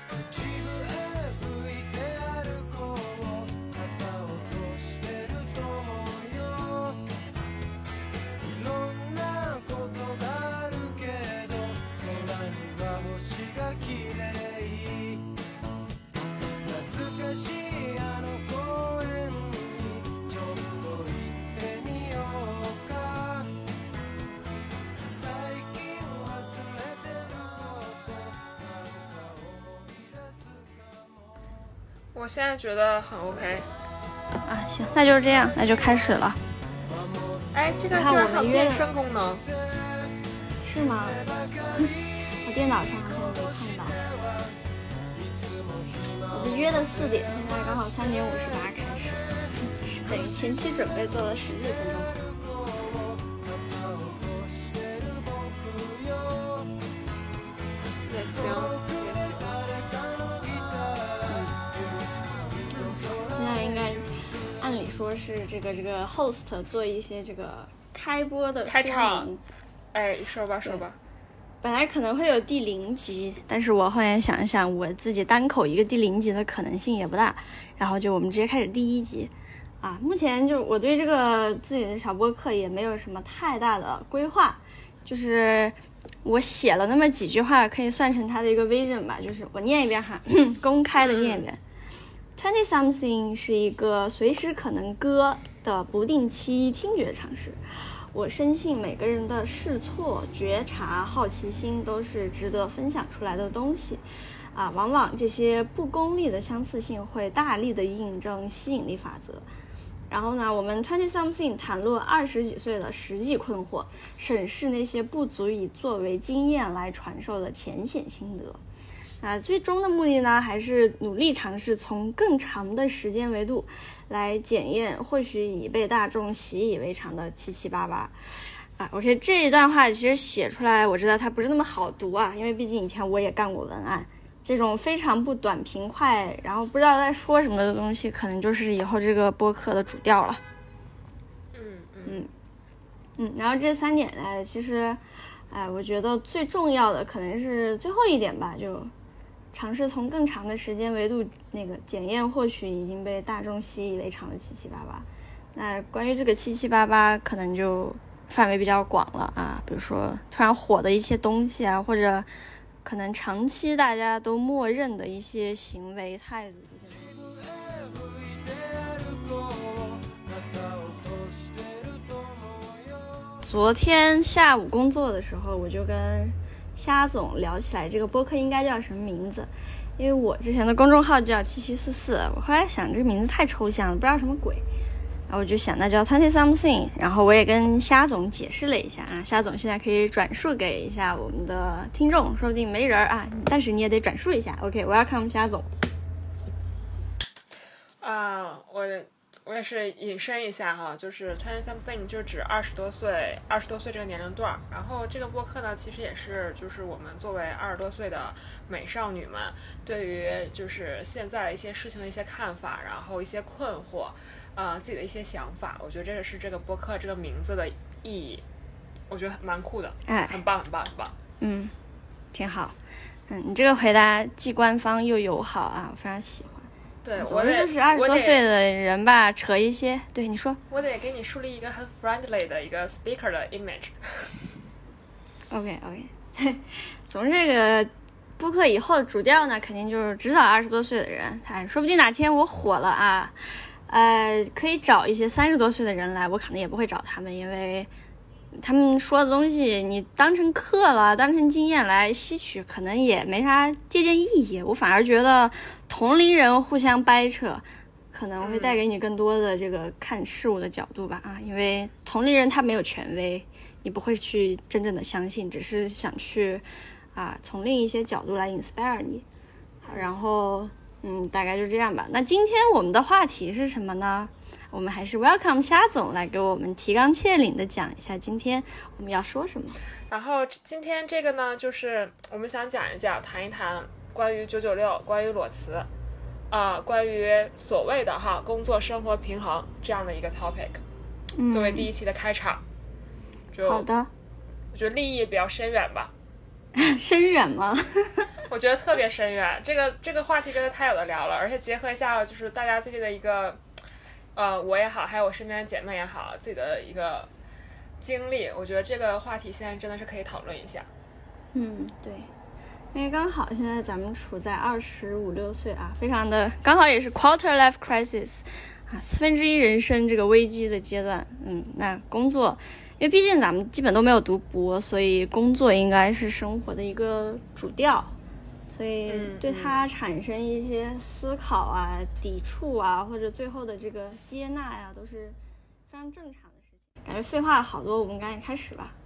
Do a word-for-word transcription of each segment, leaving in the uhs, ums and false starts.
我现在觉得很 OK 啊，行，那就这样，那就开始了。 哎，这个居然还有变声功能， 是吗？我电脑上好像没看到。我们约的四点，现在刚好三点五十八开始，等于前期准备做了十几分钟。 也行，也行。 现在应该按理说是这个这个 host 做一些这个开播的开场。哎，说吧说吧。 本来可能会有第零集，但是我后来想一想，我自己单口一个第零集的可能性也不大，然后就我们直接开始第一集啊。目前就我对这个自己的小播客也没有什么太大的规划，就是我写了那么几句话，可以算成它的一个 vision 吧，就是我念一遍哈，公开的念一遍。twenty something 是一个随时可能歌的不定期听觉尝试。我深信每个人的试错、觉察、好奇心都是值得分享出来的东西啊，往往这些不功利的相似性会大力的印证吸引力法则。然后呢，我们 twenty something 谈论二十几岁的实际困惑，审视那些不足以作为经验来传授的浅显心得。啊，最终的目的呢，还是努力尝试从更长的时间维度来检验或许已被大众习以为常的七七八八。啊 ，OK， 这一段话其实写出来，我知道它不是那么好读啊，因为毕竟以前我也干过文案，这种非常不短平快，然后不知道在说什么的东西，可能就是以后这个播客的主调了。 嗯嗯嗯，然后这三点呢，其实，哎，我觉得最重要的可能是最后一点吧，就。尝试从更长的时间维度那个检验或许已经被大众习以为常的七七八八。那关于这个七七八八可能就范围比较广了啊，比如说突然火的一些东西啊，或者可能长期大家都默认的一些行为态度这些东西。昨天下午工作的时候，我就跟虾总聊起来这个播客应该叫什么名字，因为我之前的公众号叫七七四四，我后来想这个名字太抽象了，不知道什么鬼，然后我就想那叫 twenty something， 然后我也跟虾总解释了一下啊，虾总现在可以转述给一下我们的听众，说不定没人啊，但是你也得转述一下。 OK， 我要看我们虾总啊，我我也是引申一下哈，就是 twenty something 就指二十多岁，二十多岁这个年龄段。然后这个播客呢，其实也是就是我们作为二十多岁的美少女们，对于就是现在一些事情的一些看法，然后一些困惑，呃，自己的一些想法。我觉得这也是这个播客这个名字的意义，我觉得蛮酷的， 哎， 很棒，很棒，很棒。 嗯，挺好。嗯，你这个回答既官方又友好啊，我非常喜欢。 对， 我得就是二十多岁的人吧，扯一些。对，你说。 我得给你树立一个很 friendly 的一个 speaker 的 image。 OK OK， 总之这个播客以后的主调呢，肯定就是指导二十多岁的人。哎，说不定哪天我火了啊，呃，可以找一些三十多岁的人来，我可能也不会找他们，因为他们说的东西你当成课了，当成经验来吸取，可能也没啥借鉴意义。我反而觉得同龄人互相掰扯可能会带给你更多的这个看事物的角度吧啊，因为同龄人他没有权威，你不会去真正的相信，只是想去啊从另一些角度来 inspire 你。好，然后嗯大概就这样吧。那今天我们的话题是什么呢？我们还是 welcome 虾总来给我们提纲挈领的讲一下今天我们要说什么。 然后今天这个呢，就是我们想讲一讲谈一谈关于九九六，关于裸辞啊、呃，关于所谓的哈工作生活平衡这样的一个 topic、嗯、作为第一期的开场。就好的， 我觉得立意比较深远吧。 深远吗？ 我觉得特别深远，这个这个话题真的太有的聊了，而且结合一下就是大家最近的一个，呃，我也好，还有我身边的姐妹也好，自己的一个经历，我觉得这个话题现在真的是可以讨论一下。 嗯，对，因为刚好现在咱们处在二十五六岁啊，非常的刚好也是 quarter life crisis 啊，四分之一人生这个危机的阶段。嗯，那工作。因为毕竟咱们基本都没有读博，所以工作应该是生活的一个主调，所以对它产生一些思考啊、嗯、抵触啊，或者最后的这个接纳呀、啊，都是非常正常的事情。感觉废话好多，我们赶紧开始吧。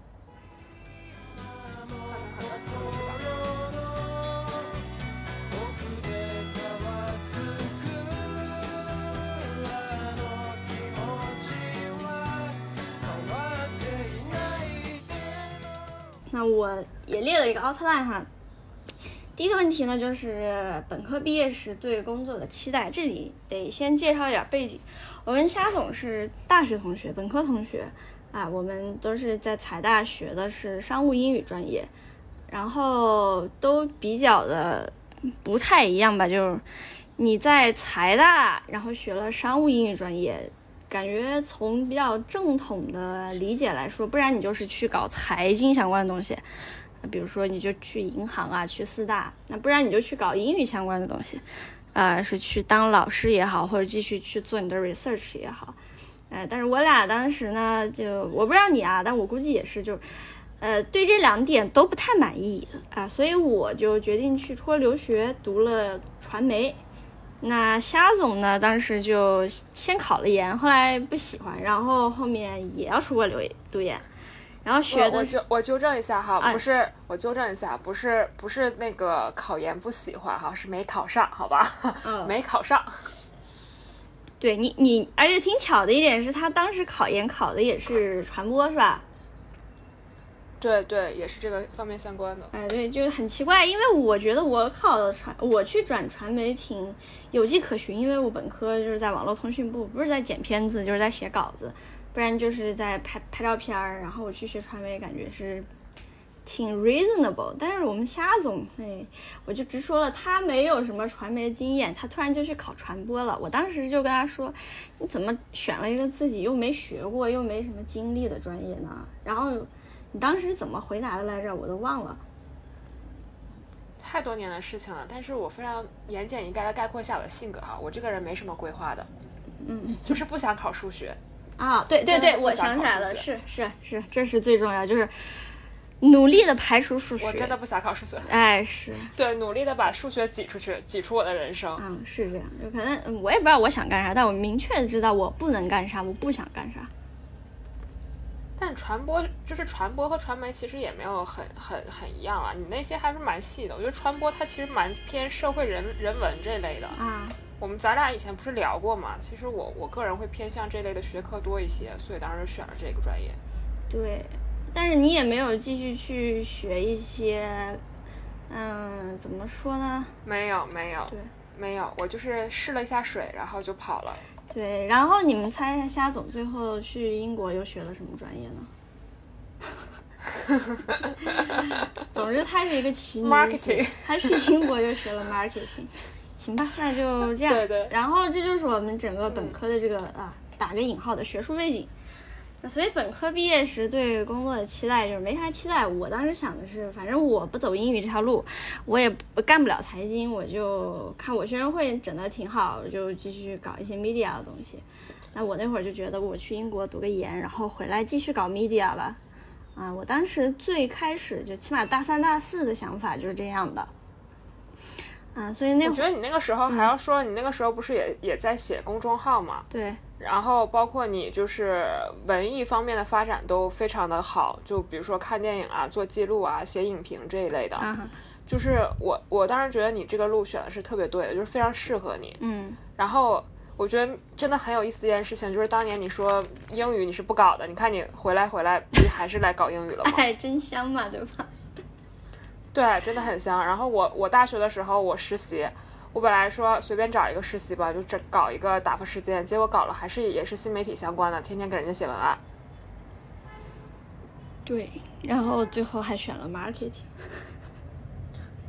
那我也列了一个 outline 哈。第一个问题呢，就是本科毕业时对工作的期待。这里得先介绍一点背景。我跟虾总是大学同学，本科同学啊，我们都是在财大学的是商务英语专业，然后都比较的不太一样吧。就是你在财大，然后学了商务英语专业。感觉从比较正统的理解来说，不然你就是去搞财经相关的东西，比如说你就去银行啊，去四大，那不然你就去搞英语相关的东西，呃，是去当老师也好，或者继续去做你的 research 也好，呃，但是我俩当时呢，就我不知道你啊，但我估计也是就，呃，对这两点都不太满意啊、呃，所以我就决定去出国留学，读了传媒。那虾总呢，当时就先考了研，后来不喜欢，然后后面也要出国留读研，然后学的我纠我纠正一下哈，不是我纠正一下，不是不是那个考研不喜欢哈，是没考上，好吧？嗯、没考上。 对你你，而且挺巧的一点是他当时考研考的也是传播，是吧？ 对对，也是这个方面相关的。 哎，对，就是很奇怪，因为我觉得我考的传，我去转传媒挺有迹可循，因为我本科就是在网络通讯部，不是在剪片子，就是在写稿子，不然就是在拍拍照片儿。然后我去学传媒，感觉是挺 reasonable。但是我们虾总，哎，我就直说了，他没有什么传媒经验，他突然就去考传播了。我当时就跟他说，你怎么选了一个自己又没学过又没什么经历的专业呢？然后。你当时怎么回答的来着？我都忘了， 太多年的事情了。但是我非常言简意赅的概括一下我的性格哈，我这个人没什么规划的， 嗯， 就是不想考数学啊。对对对，我想起来了，是是是，这是最重要，就是努力的排除数学。 我真的不想考数学， 哎，是对，努力的把数学挤出去，挤出我的人生。 嗯，是这样，就可能我也不知道我想干啥，但我明确的知道我不能干啥，我不想干啥。 但传播就是传播和传媒其实也没有很很很一样啊，你那些还是蛮细的。我觉得传播它其实蛮偏社会人人文这类的啊。 我们咱俩以前不是聊过嘛？其实我我个人会偏向这类的学科多一些，所以当时选了这个专业。 对，但是你也没有继续去学一些，嗯，怎么说呢？ 没有没有， 对，没有，我就是试了一下水，然后就跑了。 对，然后你们猜一下，虾总最后去英国又学了什么专业呢？总之，他是一个奇女子，他去英国又学了 marketing。行吧，那就这样。 对对。 然后这就是我们整个本科的这个、嗯、啊，打个引号的学术背景。那所以本科毕业时对工作的期待就是没啥期待。我当时想的是，反正我不走英语这条路，我也不干不了财经，我就看我学生会整得挺好，就继续搞一些 media 的东西。那我那会儿就觉得我去英国读个研，然后回来继续搞 media 吧。啊，我当时最开始就起码大三大四的想法就是这样的。啊，所以那会儿我觉得你那个时候还要说，嗯、你那个时候不是也也在写公众号嘛？ 对。 然后包括你就是文艺方面的发展都非常的好，就比如说看电影啊、做记录啊、写影评这一类的。 啊、 就是我我当时觉得你这个路选的是特别对的，就是非常适合你。 嗯。 然后我觉得真的很有意思的一件事情，就是当年你说英语你是不搞的，你看你回来回来不是还是来搞英语了吗？ 哎，真香嘛，对吧？ 对，真的很香。然后我我大学的时候我实习，我本来说随便找一个实习吧，就这搞一个打发时间，结果搞了还是也是新媒体相关的，天天给人家写文案。 对，然后最后还选了 marketing。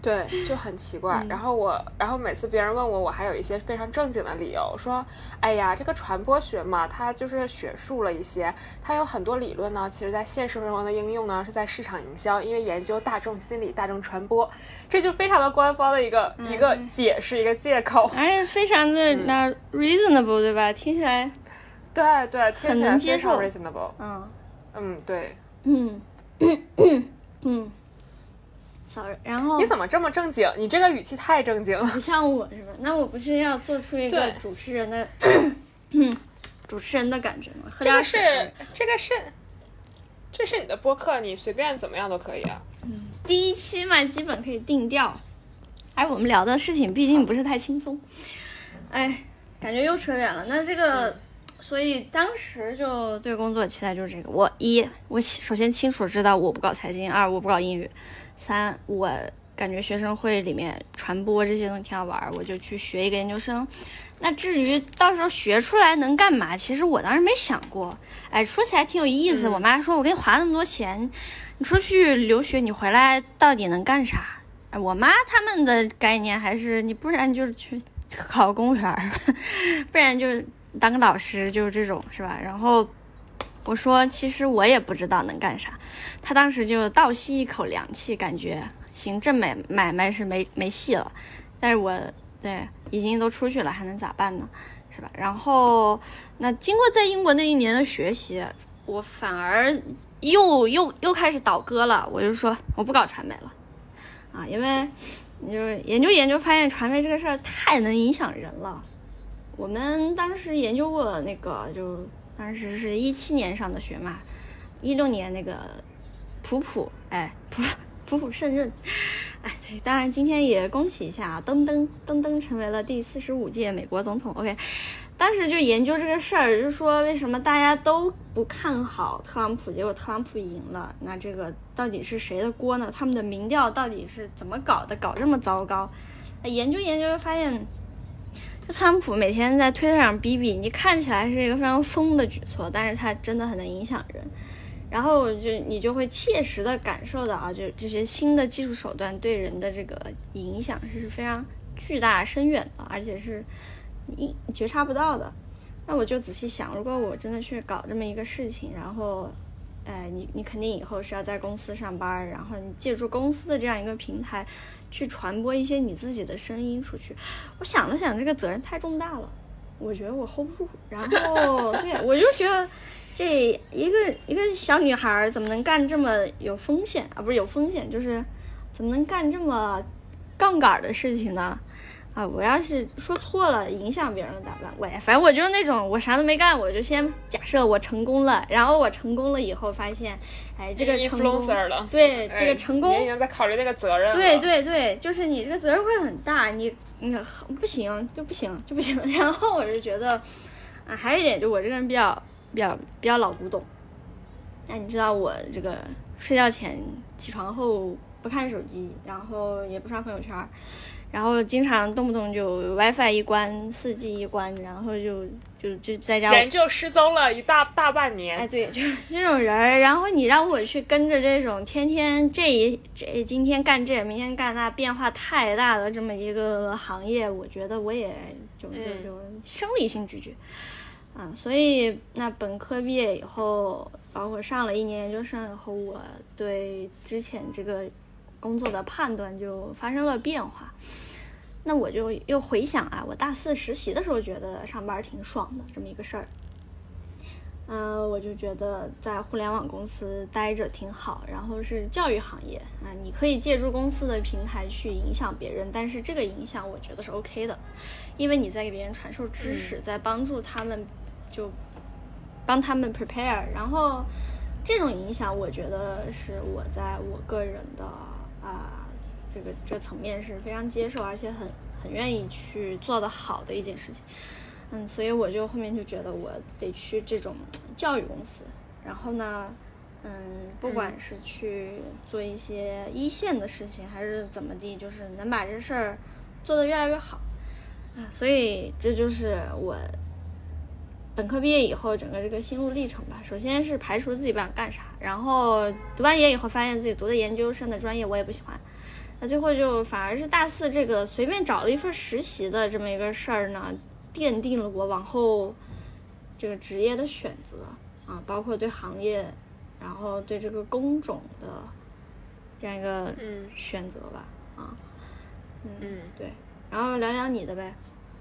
对，就很奇怪。 嗯、 然后我，然后每次别人问我，我还有一些非常正经的理由，说，哎呀，这个传播学嘛，它就是学术了一些，它有很多理论呢，其实在现实生活中的应用呢，是在市场营销，因为研究大众心理、大众传播，这就非常的官方的一个、嗯、一个解释，一个借口， 哎，非常的那、嗯、reasonable， 对吧？听起来， 对对， 很能接受 ，reasonable， 嗯嗯，对， 嗯嗯。sorry， 然后你怎么这么正经？你这个语气太正经了， 不像我是吧？那我不是要做出一个主持人的主持人的感觉吗？ 这个是这个是这是你的播客，你随便怎么样都可以啊。 嗯，第一期嘛，基本可以定调。哎，我们聊的事情毕竟不是太轻松，哎，感觉又扯远了。那这个。嗯，所以当时就对工作期待就是这个，我一我首先清楚知道我不搞财经，二我不搞英语，三我感觉学生会里面传播这些东西挺好玩，我就去学一个研究生。那至于到时候学出来能干嘛，其实我当时没想过。哎，说起来挺有意思，嗯、我妈说我给你花那么多钱，你出去留学你回来到底能干啥？哎，我妈他们的概念还是你不然就是去考公务员，不然就是当个老师，就是这种是吧？然后我说其实我也不知道能干啥，他当时就倒吸一口凉气，感觉行这买买卖是没没戏了。但是我对已经都出去了，还能咋办呢？是吧？然后那经过在英国那一年的学习，我反而又又又开始倒戈了。我就说我不搞传媒了啊，因为你就研究研究发现传媒这个事儿太能影响人了。我们当时研究过那个，就当时是一七年上的学嘛，一六年那个普普，哎，普普普胜任，哎，对，当然今天也恭喜一下，登登登登成为了第四十五届美国总统。OK， 当时就研究这个事儿，就说为什么大家都不看好特朗普，结果特朗普赢了，那这个到底是谁的锅呢？他们的民调到底是怎么搞的，搞这么糟糕？研究研究发现。特朗普每天在推特上逼逼，你看起来是一个非常疯的举措，但是他真的很能影响人。然后就你就会切实的感受到啊，就这些新的技术手段对人的这个影响是非常巨大深远的，而且是你觉察不到的。那我就仔细想，如果我真的去搞这么一个事情，然后哎，你你肯定以后是要在公司上班，然后你借助公司的这样一个平台去传播一些你自己的声音出去。我想了想，这个责任太重大了，我觉得我 hold 不住。然后对我就觉得这一个一个小女孩怎么能干这么有风险啊？不是有风险，就是怎么能干这么杠杆的事情呢？啊，我要是说错了，影响别人了咋办？喂，反正我就是那种，我啥都没干，我就先假设我成功了，然后我成功了以后发现，哎，这个成功， 了对、 哎、 这个成功， 你已经在考虑那个责任了。 对对对，就是你这个责任会很大，你你不行就不行就不行。然后我就觉得，啊，还有一点就我这个人比较比较比较老古董。那你知道我这个睡觉前、起床后不看手机，然后也不刷朋友圈。然后经常动不动就 WiFi 一关，四 G 一关，然后就就就在家人就失踪了一大大半年。 哎，对，就这种人。然后你让我去跟着这种天天这一这今天干这，明天干那，变化太大的这么一个行业，我觉得我也就就就生理性拒绝。嗯、啊，所以那本科毕业以后，包括上了一年研究生以后，我对之前这个工作的判断就发生了变化。那我就又回想啊，我大四实习的时候觉得上班挺爽的这么一个事儿。嗯、呃，我就觉得在互联网公司待着挺好，然后是教育行业啊，你可以借助公司的平台去影响别人，但是这个影响我觉得是 OK 的，因为你在给别人传授知识，嗯、在帮助他们，就帮他们 prepare， 然后这种影响我觉得是我在我个人的啊。这个这个层面是非常接受，而且很很愿意去做得好的一件事情。嗯，所以我就后面就觉得我得去这种教育公司，然后呢，嗯，不管是去做一些一线的事情，还是怎么地，就是能把这事儿做得越来越好啊。所以这就是我本科毕业以后整个这个心路历程吧。首先是排除自己不想干啥，然后读完研以后发现自己读的研究生的专业我也不喜欢。 那最后就反而是大四这个随便找了一份实习的这么一个事儿呢，奠定了我往后这个职业的选择啊，包括对行业，然后对这个工种的这样一个选择吧。嗯、啊，嗯， 嗯， 对。然后聊聊你的呗。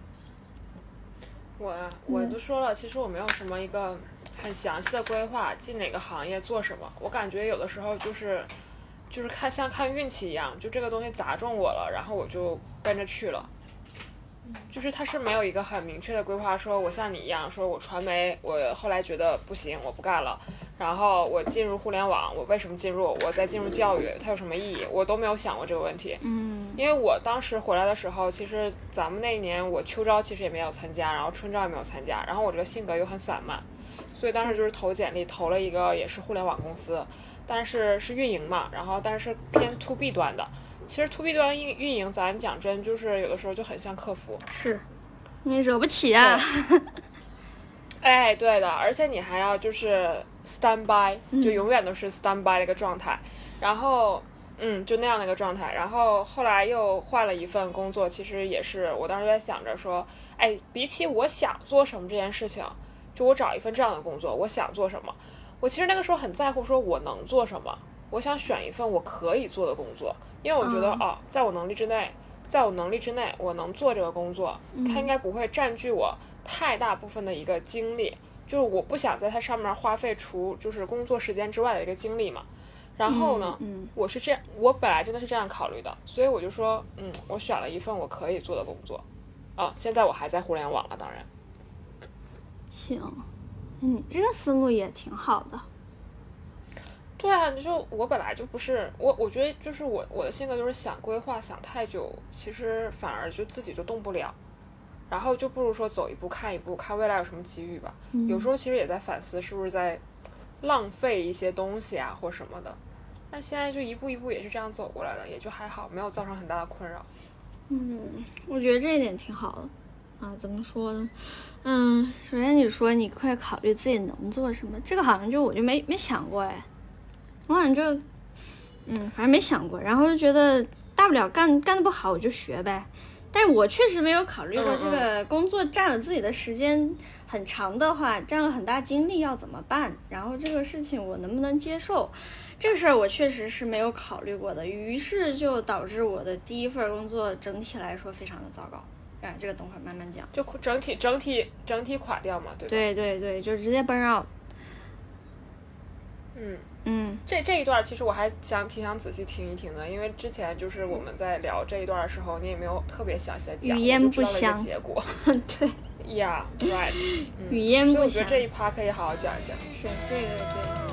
我啊，我就说了，嗯、其实我没有什么一个很详细的规划，进哪个行业做什么。我感觉有的时候就是，就是看像看运气一样，就这个东西砸中我了，然后我就跟着去了。就是它是没有一个很明确的规划，说我像你一样，说我传媒，我后来觉得不行，我不干了，然后我进入互联网，我为什么进入？我再进入教育，它有什么意义？我都没有想过这个问题。 嗯， 因为我当时回来的时候，其实咱们那一年我秋招其实也没有参加，然后春招也没有参加，然后我这个性格又很散漫，所以当时就是投简历，投了一个也是互联网公司，但是是运营嘛，然后但是偏 to B 端的。其实 to B 端运运营，咱讲真，就是有的时候就很像客服， 是，你惹不起啊。 哎，对的，而且你还要就是 stand by，就永远都是 stand by 的一个状态，嗯、然后嗯，就那样的一个状态。然后后来又换了一份工作，其实也是我当时在想着说，哎，比起我想做什么这件事情，就我找一份这样的工作，我想做什么，我其实那个时候很在乎说我能做什么，我想选一份我可以做的工作。因为我觉得、嗯、哦，在我能力之内，在我能力之内，我能做这个工作，它应该不会占据我太大部分的一个精力，就是我不想在它上面花费除就是工作时间之外的一个精力嘛。然后呢， 嗯嗯、 我是这样，我本来真的是这样考虑的，所以我就说，嗯，我选了一份我可以做的工作，啊，现在我还在互联网了，当然。 行，你这个思路也挺好的。 对啊，你就我本来就不是我，我觉得就是我我的性格就是想规划想太久，其实反而就自己就动不了，然后就不如说走一步看一步，看未来有什么机遇吧。 嗯、 有时候其实也在反思是不是在浪费一些东西啊或什么的，但现在就一步一步也是这样走过来的，也就还好，没有造成很大的困扰。 嗯，我觉得这一点挺好的啊，怎么说呢？嗯，首先你说你快考虑自己能做什么，这个好像就我就没没想过哎。我好像就，嗯，反正没想过，然后就觉得大不了干干得不好我就学呗。但是我确实没有考虑过这个工作占了自己的时间很长的话，占了很大精力要怎么办，然后这个事情我能不能接受，这个事儿我确实是没有考虑过的。于是就导致我的第一份工作整体来说非常的糟糕。哎，这个等会儿慢慢讲。 就整体整体整体垮掉嘛，对吧？ 对对对，就直接burn out。 嗯。 嗯， 这这一段其实我还想挺想仔细听一听的，因为之前就是我们在聊这一段的时候，你也没有特别详细的讲， 语焉不详， 结果。 对。 Yeah, right 、嗯。 语焉不详。 所以我觉得这一趴可以好好讲一讲。 是这个对。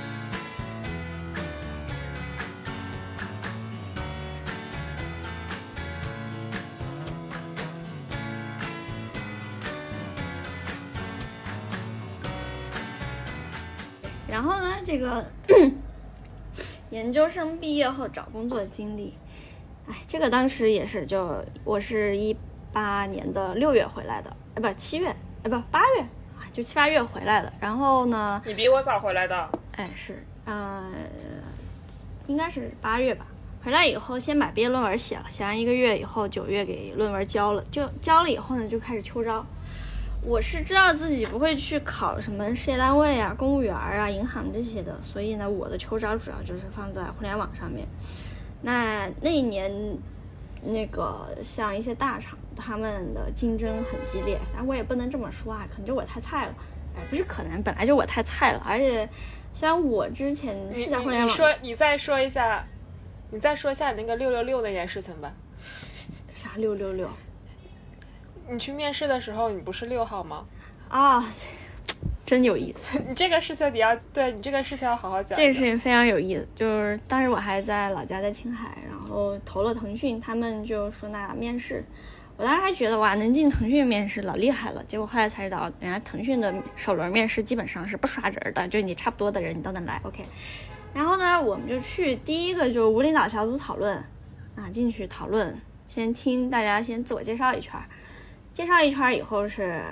然后呢，这个研究生毕业后找工作的经历，哎，这个当时也是就，就我是一八年的六月回来的，哎不七月，哎不八月啊，就七八月回来的。然后呢， 你比我早回来的。 哎是，呃，应该是八月吧。回来以后先把毕业论文写了，写完一个月以后，九月给论文交了，就交了以后呢，就开始秋招。我是知道自己不会去考什么事业单位啊、公务员啊、银行这些的，所以呢，我的秋招主要就是放在互联网上面。那那一年，那个像一些大厂，他们的竞争很激烈，但我也不能这么说啊，可能就我太菜了，哎，不是可能，本来就我太菜了，而且虽然我之前是在互联网， 你, 你, 你说你再说一下，你再说一下你那个六六六那件事情吧。 啥六六六？ 你去面试的时候，你不是六号吗？ 啊，真有意思。 你这个事情你要对你这个事情要好好讲。 这个事情非常有意思，就是当时我还在老家，在青海，然后投了腾讯，他们就说那面试，我当时还觉得哇，能进腾讯面试老厉害了。结果后来才知道，原来腾讯的首轮面试基本上是不刷人的，就是你差不多的人你都能来。OK， 然后呢，我们就去第一个就是无领导小组讨论啊，进去讨论，先听大家先自我介绍一圈。介绍一圈以后是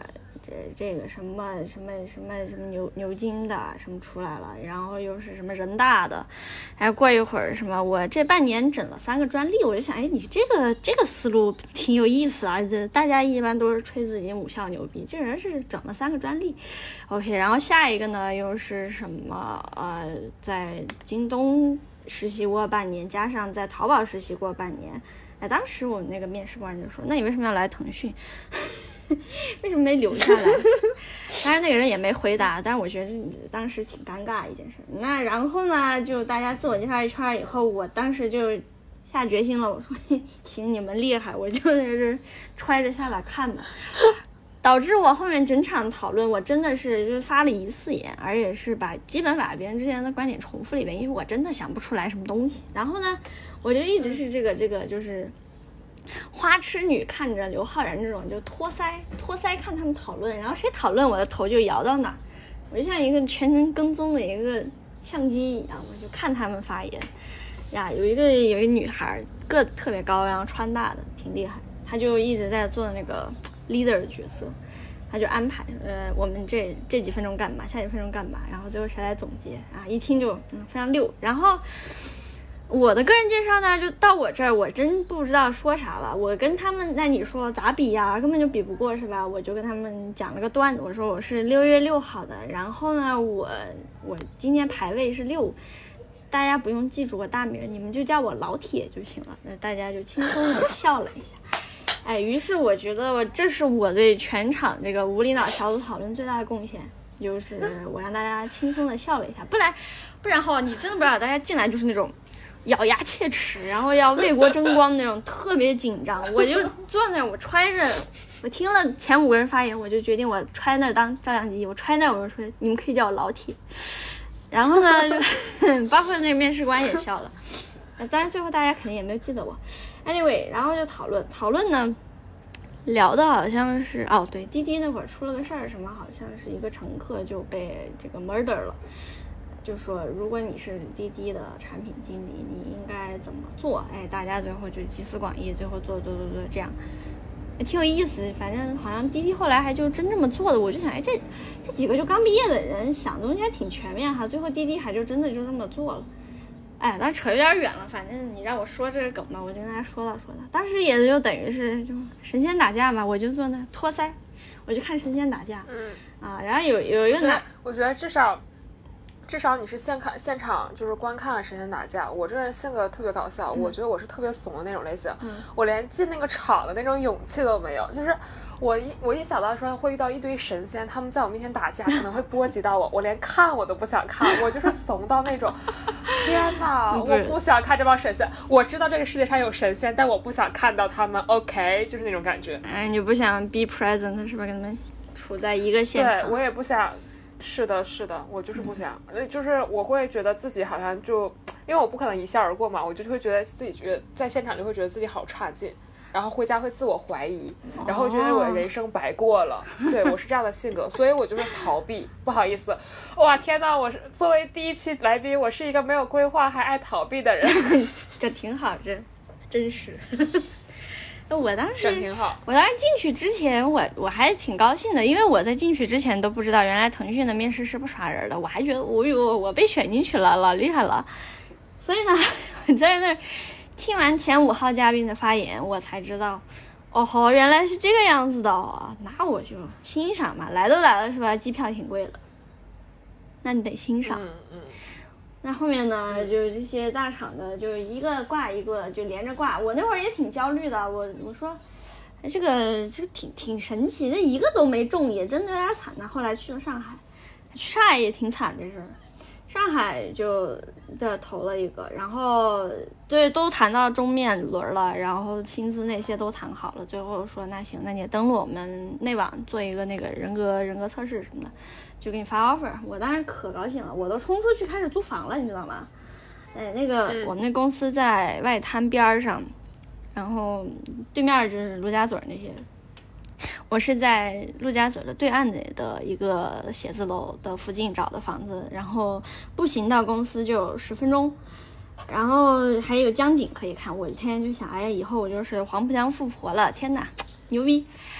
这这个什么什么什么什么牛牛津的什么出来了，然后又是什么人大的，哎，过一会儿什么我这半年整了三个专利，我就想，哎，你这个这个思路挺有意思啊！这大家一般都是吹自己母校牛逼，这人是整了三个专利 ，OK， 然后下一个呢又是什么呃，在京东实习过半年，加上在淘宝实习过半年。哎，当时我们那个面试官就说：“那你为什么要来腾讯？为什么没留下来？”当然那个人也没回答，但是我觉得当时挺尴尬一件事。那然后呢，就大家自我介绍一圈以后，我当时就下决心了，我说：“行，你们厉害，我就在这揣着下巴看吧。”导致我后面整场讨论，我真的是就是发了一次言，而且是把基本把别人之前的观点重复了一遍，因为我真的想不出来什么东西。然后呢，我就一直是这个这个就是花痴女，看着刘昊然这种就托腮托腮看他们讨论，然后谁讨论我的头就摇到哪，我就像一个全程跟踪的一个相机一样，我就看他们发言。呀，有一个有一个女孩个子特别高，然后穿大的，挺厉害，她就一直在做那个leader 的角色，他就安排呃我们这这几分钟干嘛，下几分钟干嘛，然后最后谁来总结啊，一听就嗯非常溜。然后我的个人介绍呢就到我这儿，我真不知道说啥了，我跟他们那你说咋比呀，根本就比不过是吧，我就跟他们讲了个段子，我说我是六月六号的，然后呢我我今天排位是六，大家不用记住我大名，你们就叫我老铁就行了。那大家就轻松的笑了一下。哎，于是我觉得我这是我对全场这个无厘脑小组讨论最大的贡献，就是我让大家轻松的笑了一下，不然不然后你真的不知道大家进来就是那种咬牙切齿，然后要为国争光那种特别紧张。我就坐那我揣着，我听了前五个人发言，我就决定我揣那当照相机，我揣那我就说你们可以叫我老铁。然后呢，就包括那个面试官也笑了，当然最后大家肯定也没有记得我。Anyway， 然后就讨论讨论呢，聊的好像是哦，对，滴滴那会儿出了个事儿，什么好像是一个乘客就被这个 murder 了，就说如果你是滴滴的产品经理，你应该怎么做？哎，大家最后就集思广益，最后做做做做这样，也挺有意思。反正好像滴滴后来还就真这么做的，我就想，哎，这这几个就刚毕业的人想东西还挺全面哈，最后滴滴还就真的就这么做了。哎，但扯有点远了，反正你让我说这个梗吧，我就跟大家说到说到，当时也就等于是就神仙打架嘛，我就坐那托腮，我就看神仙打架， 嗯啊，然后有有一个男， 我觉得至少至少你是现看现场就是观看了神仙打架，我这人性格特别搞笑，嗯、我觉得我是特别怂的那种类型，嗯、我连进那个场的那种勇气都没有，就是。我一我一想到说会遇到一堆神仙，他们在我面前打架，可能会波及到我，我连看我都不想看，我就是怂到那种，天哪，我不想看这帮神仙。我知道这个世界上有神仙，但我不想看到他们。OK， 就是那种感觉。 哎，你不想 be present 是吧？跟他们处在一个现场。 对，我也不想。是的，是的，我就是不想，嗯、就是我会觉得自己好像就，因为我不可能一笑而过嘛，我就会觉得自己觉得在现场就会觉得自己好差劲。然后回家会自我怀疑，然后觉得我人生白过了。Oh. 对，我是这样的性格，所以我就是逃避。不好意思，哇，天哪！我是作为第一期来宾，我是一个没有规划还爱逃避的人。 这挺好，这真实。我当时挺好， 我当时进去之前，我我还挺高兴的，因为我在进去之前都不知道，原来腾讯的面试是不刷人的，我还觉得我有我被选进去了，老厉害了。所以呢，我在那儿。听完前五号嘉宾的发言，我才知道，哦吼，原来是这个样子的哦，那我就欣赏嘛，来都来了是吧？机票挺贵的，那你得欣赏。 嗯嗯。 那后面呢，就这些大厂的，就一个挂一个，就连着挂。我那会儿也挺焦虑的，我我说，这个这个挺挺神奇，这一个都没中，也真的有点惨的。后来去了上海，去上海也挺惨这事儿。上海就就投了一个，然后对都谈到终面轮了，然后薪资那些都谈好了，最后说那行，那你登录我们内网做一个那个人格人格测试什么的，就给你发 offer。我当时可高兴了，我都冲出去开始租房了，你知道吗？哎，那个、嗯、我们那公司在外滩边上，然后对面就是陆家嘴那些。我是在陆家嘴的对岸的一个写字楼的附近找的房子，然后步行到公司就有十分钟，然后还有江景可以看。我天天就想，哎呀，以后我就是黄浦江富婆了，天哪，牛逼！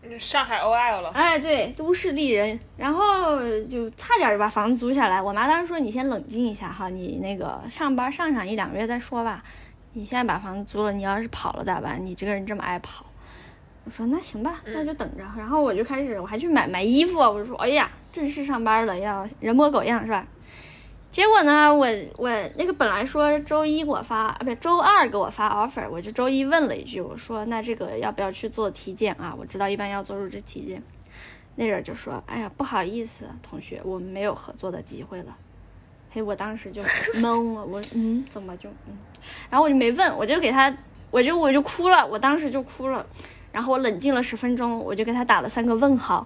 上海 O L 了。 哎，对，都市丽人，然后就差点就把房子租下来。我妈当时说：“你先冷静一下哈，你那个上班上上一两个月再说吧。你现在把房子租了，你要是跑了咋办？你这个人这么爱跑。”我说：“那行吧，那就等着。嗯”然后我就开始，我还去买买衣服，我就说：“哎呀，正式上班了，要人模狗样是吧？”结果呢，我我那个本来说周一给我发啊，不，周二给我发 offer， 我就周一问了一句，我说那这个要不要去做体检啊？我知道一般要做入职体检。那人就说，哎呀，不好意思，同学，我们没有合作的机会了。嘿，我当时就懵了，我嗯，怎么就嗯？然后我就没问，我就给他，我就我就哭了，我当时就哭了。然后我冷静了十分钟，我就给他打了三个问号。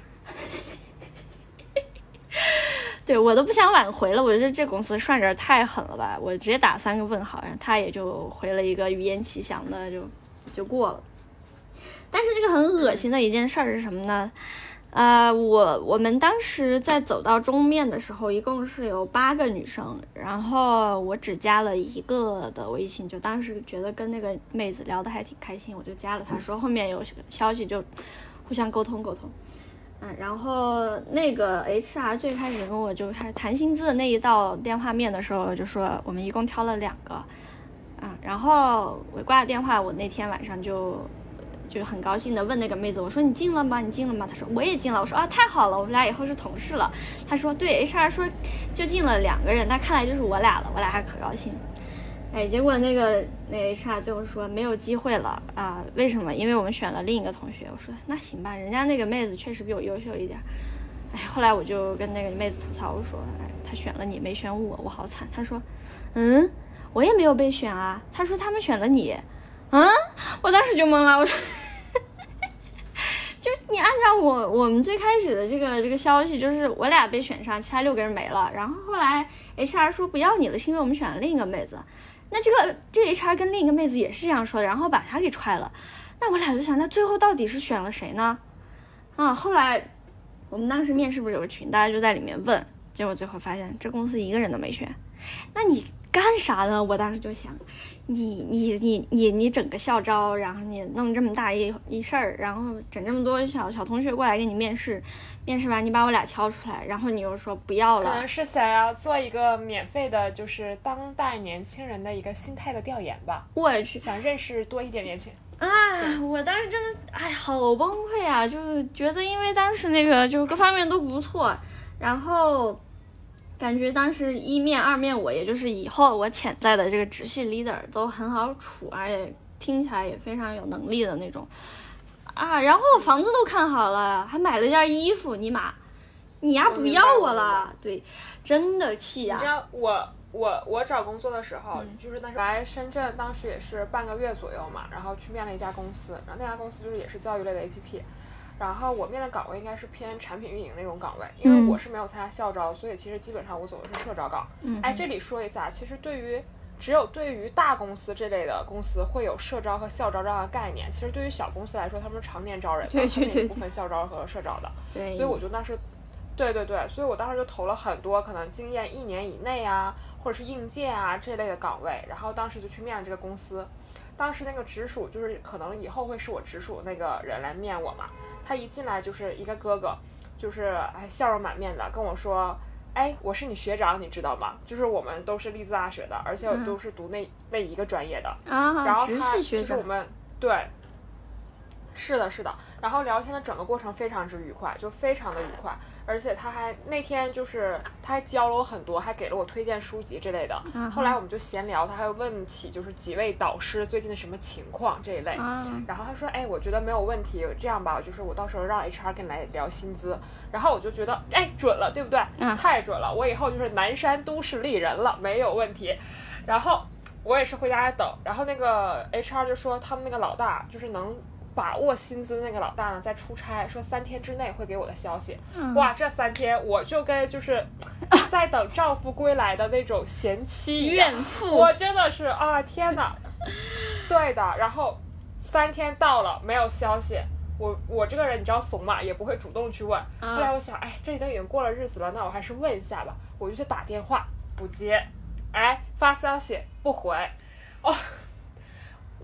对，我都不想挽回了，我觉得这公司算着太狠了吧，我直接打三个问号，然后他也就回了一个语言其详的就就过了。但是这个很恶心的一件事儿是什么呢？呃，我我们当时在走到终面的时候，一共是有八个女生，然后我只加了一个的微信，就当时觉得跟那个妹子聊得还挺开心，我就加了她，说后面有消息就互相沟通沟通。嗯，然后那个 H R 最开始跟我就开始谈薪资的那一道电话面的时候，就说我们一共挑了两个，啊，然后我挂了电话，我那天晚上就就很高兴的问那个妹子，我说你进了吗？你进了吗？她说我也进了。我说啊，太好了，我们俩以后是同事了。她说对 ，H R 说就进了两个人，那看来就是我俩了，我俩还可高兴。哎，结果那个那 H R 最后说没有机会了啊、呃？为什么？因为我们选了另一个同学。我说那行吧，人家那个妹子确实比我优秀一点。哎，后来我就跟那个妹子吐槽，我说，哎，她选了你，没选我，我好惨。她说，嗯，我也没有被选啊。她说他们选了你，嗯，我当时就懵了，我说。就你按照我我们最开始的这个这个消息，就是我俩被选上，其他六个人没了。然后后来 H R 说不要你了，是因为我们选了另一个妹子。那这个这个 H R 跟另一个妹子也是这样说的，然后把她给踹了。那我俩就想，那最后到底是选了谁呢？啊，后来我们当时面试不是有个群，大家就在里面问，结果最后发现这公司一个人都没选。那你干啥呢？我当时就想，你你你你你整个校招，然后你弄这么大一一事儿，然后整这么多小小同学过来给你面试，面试完你把我俩挑出来，然后你又说不要了， 可能是想要做一个免费的，就是当代年轻人的一个心态的调研吧。 我去， 想认识多一点年轻人。 啊，我当时真的哎，好崩溃啊！就是觉得因为当时那个就各方面都不错，然后。感觉当时一面二面我也就是以后我潜在的这个直系 leader 都很好处，而且听起来也非常有能力的那种啊。然后我房子都看好了，还买了件衣服，你妈，你丫不要我了？对，真的气呀！ 你知道我我我找工作的时候，嗯、就是那时候来深圳，当时也是半个月左右嘛，然后去面了一家公司，然后那家公司就是也是教育类的 A P P。然后我面的岗位应该是偏产品运营那种岗位，因为我是没有参加校招，所以其实基本上我走的是社招岗。 嗯， 哎，这里说一下，其实对于只有对于大公司这类的公司会有社招和校招这样的概念，其实对于小公司来说，他们是常年招人的， 对对对， 不分校招和社招的。 对， 所以我就当时，对对对，所以我当时就投了很多可能经验一年以内啊，或者是应届啊这类的岗位，然后当时就去面了这个公司。当时那个直属就是可能以后会是我直属那个人来面我嘛。他一进来就是一个哥哥，就是哎笑容满面的跟我说，哎，我是你学长，你知道吗？就是我们都是利兹大学的，而且我都是读那、嗯、那一个专业的。 啊， 然后他直系学长就是我们对，是的，是的。然后聊天的整个过程非常之愉快，就非常的愉快。而且他还那天就是他还教了我很多，还给了我推荐书籍之类的。 啊、 后来我们就闲聊，他还问起就是几位导师最近的什么情况这一类。 啊、 然后他说，哎，我觉得没有问题，这样吧，就是我到时候让 H R 跟你来聊薪资。然后我就觉得，哎，准了，对不对？ 啊、 太准了，我以后就是南山都市丽人了，没有问题。然后我也是回家等，然后那个 H R 就说他们那个老大就是能把握薪资那个老大呢在出差，说三天之内会给我的消息。 嗯、 哇，这三天我就跟就是在等丈夫归来的那种贤妻怨妇， 我真的是啊天哪！对的，然后三天到了没有消息，我我这个人你知道怂嘛，也不会主动去问。 嗯、 后来我想，哎，这都已经过了日子了，那我还是问一下吧。我就去打电话不接，哎，发消息不回，哦。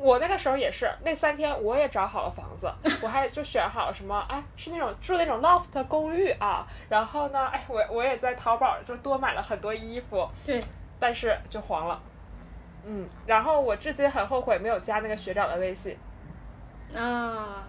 我那个时候也是，那三天我也找好了房子，我还就选好了什么，哎，是那种住那种 loft 公寓啊。然后呢，哎，我我也在淘宝就多买了很多衣服， 对， 但是就黄了。嗯，然后我至今很后悔没有加那个学长的微信。 啊，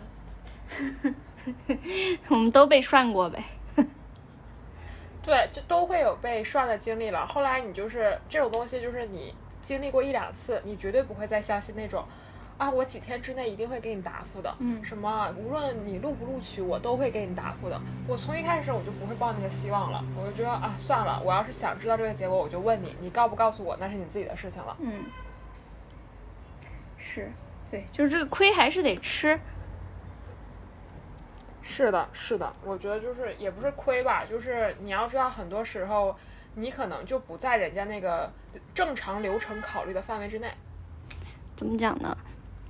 我们都被涮过呗。 对，这都会有被涮的经历了。后来你就是这种东西，就是你经历过一两次，你绝对不会再相信那种，啊，我几天之内一定会给你答复的。 嗯， 什么无论你录不录取，我都会给你答复的。我从一开始我就不会抱那个希望了，我就觉得啊，算了，我要是想知道这个结果，我就问你，你告不告诉我，那是你自己的事情了。 嗯，是，对，就是这个亏还是得吃。 是的，是的，我觉得就是也不是亏吧，就是你要知道，很多时候你可能就不在人家那个正常流程考虑的范围之内。 怎么讲呢？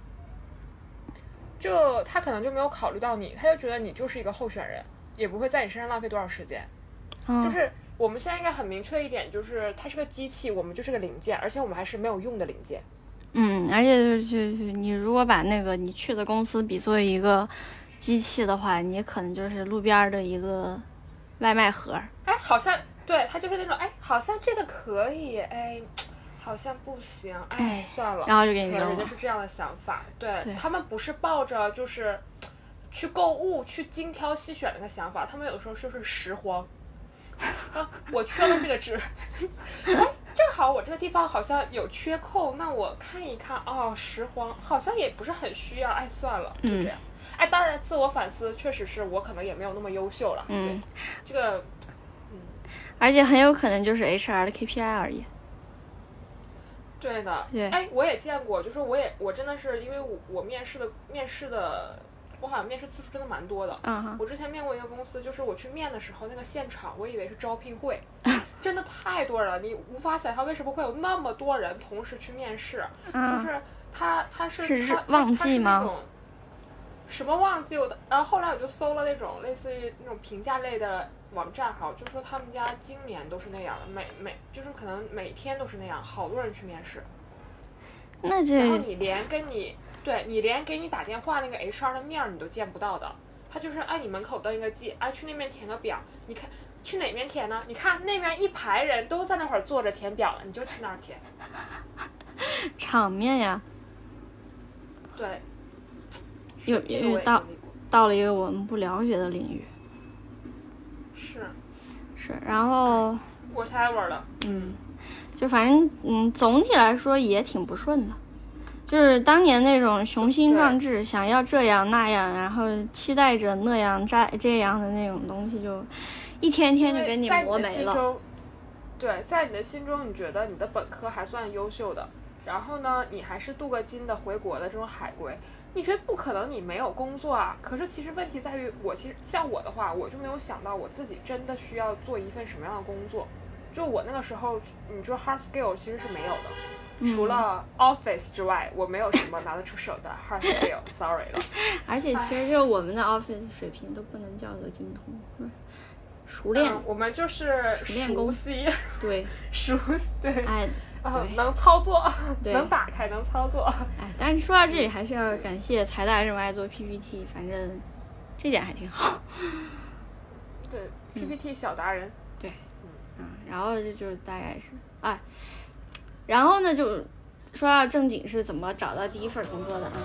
就他可能就没有考虑到你，他就觉得你就是一个候选人，也不会在你身上浪费多少时间。 嗯、 就是我们现在应该很明确一点，就是它是个机器，我们就是个零件，而且我们还是没有用的零件。 嗯，而且就是你如果把那个你去的公司比作一个机器的话，你可能就是路边的一个外卖盒。 哎，好像对，它就是那种，哎，好像这个可以，哎，好像不行，哎，算了， 然后就给你扔了。 人家是这样的想法，对， 对他们不是抱着就是去购物、去精挑细选那个想法，他们有的时候就是拾荒。啊，我缺了这个痣，哎，正好我这个地方好像有缺扣，那我看一看，哦，拾荒好像也不是很需要，哎，算了，就这样。嗯哎，当然，自我反思确实是我可能也没有那么优秀了。 嗯， 对，这个，嗯， 而且很有可能就是 H R 的 K P I 而已。 对的， 对。 哎，我也见过，就是我也我真的是因为我我面试的面试的，我好像面试次数真的蛮多的。 嗯。 我之前面过一个公司，就是我去面的时候，那个现场我以为是招聘会，真的太多人了，你无法想象为什么会有那么多人同时去面试。 嗯。 就是他他是是旺季吗？ 什么忘记我的，然后后来我就搜了那种类似于那种评价类的网站哈，就说他们家今年都是那样的，每每就是可能每天都是那样，好多人去面试。 那这然后你连跟你对你连给你打电话那个 H R 的面你都见不到的，他就是哎你门口登一个记，哎去那边填个表，你看去哪边填呢？你看那边一排人都在那会儿坐着填表了，你就去那儿填。 场面呀。 对。 又又到到了一个我们不了解的领域， 是是，然后 whatever 了， 嗯，就反正嗯，总体来说也挺不顺的，就是当年那种雄心壮志，想要这样那样，然后期待着那样这这样的那种东西，就一天天就给你磨没了。 对，在你的心中，你觉得你的本科还算优秀的，然后呢，你还是镀个金的回国的这种海归。你觉得不可能你没有工作啊，可是其实问题在于我其实像我的话，我就没有想到我自己真的需要做一份什么样的工作。就我那个时候你说 hard skill 其实是没有的、嗯、除了 office 之外我没有什么拿得出手的 hard skill sorry 了。 而且其实就我们的 office 水平都不能叫做精通，是吧？熟练、 嗯、我们就是熟悉， 对， 熟悉，对， 哎呃，能操作，能打开，能操作。 哎，但是说到这里，还是要感谢财大这么爱做 P P T， 反正这点还挺好。 对、嗯、，P P T 小达人。 对，嗯嗯，然后这就大概是，哎，然后呢，就说到正经是怎么找到第一份工作的啊？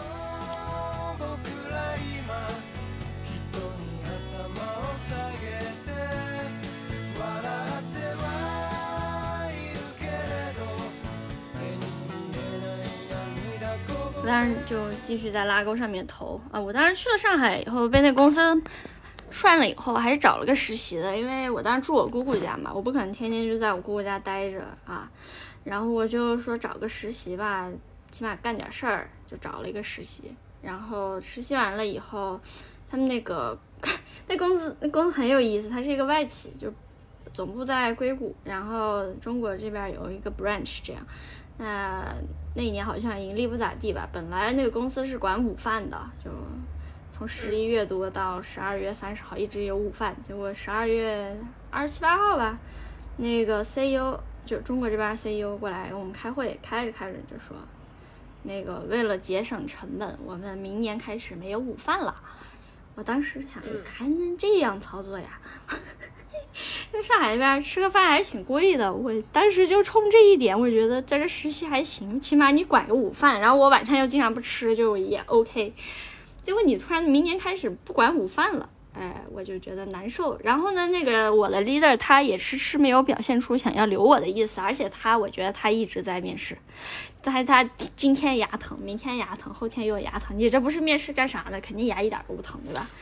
我当时就继续在拉钩上面投啊！我当时去了上海以后，被那公司涮了以后，还是找了个实习的，因为我当时住我姑姑家嘛，我不可能天天就在我姑姑家待着啊。然后我就说找个实习吧，起码干点事儿，就找了一个实习。然后实习完了以后，他们那个那公司那公司很有意思，它是一个外企，就总部在硅谷，然后中国这边有一个 branch 这样。那那一年好像盈利不咋地吧，本来那个公司是管午饭的，就从十一月多到十二月三十号一直有午饭，结果十二月二十七八号吧，那个 C E O 就中国这边 C E O 过来我们开会，开着开着就说， 那个为了节省成本，我们明年开始没有午饭了。我当时想， 嗯、 还能这样操作呀？因为上海那边吃个饭还是挺贵的，我当时就冲这一点，我觉得在这实习还行，起码你管个午饭，然后我晚上又经常不吃，就也 OK。结果你突然明年开始不管午饭了，哎，我就觉得难受。然后呢，那个我的 leader 他也迟迟没有表现出想要留我的意思，而且他我觉得他一直在面试，他他今天牙疼，明天牙疼，后天又牙疼，你这不是面试干啥的？肯定牙一点都不疼，对吧？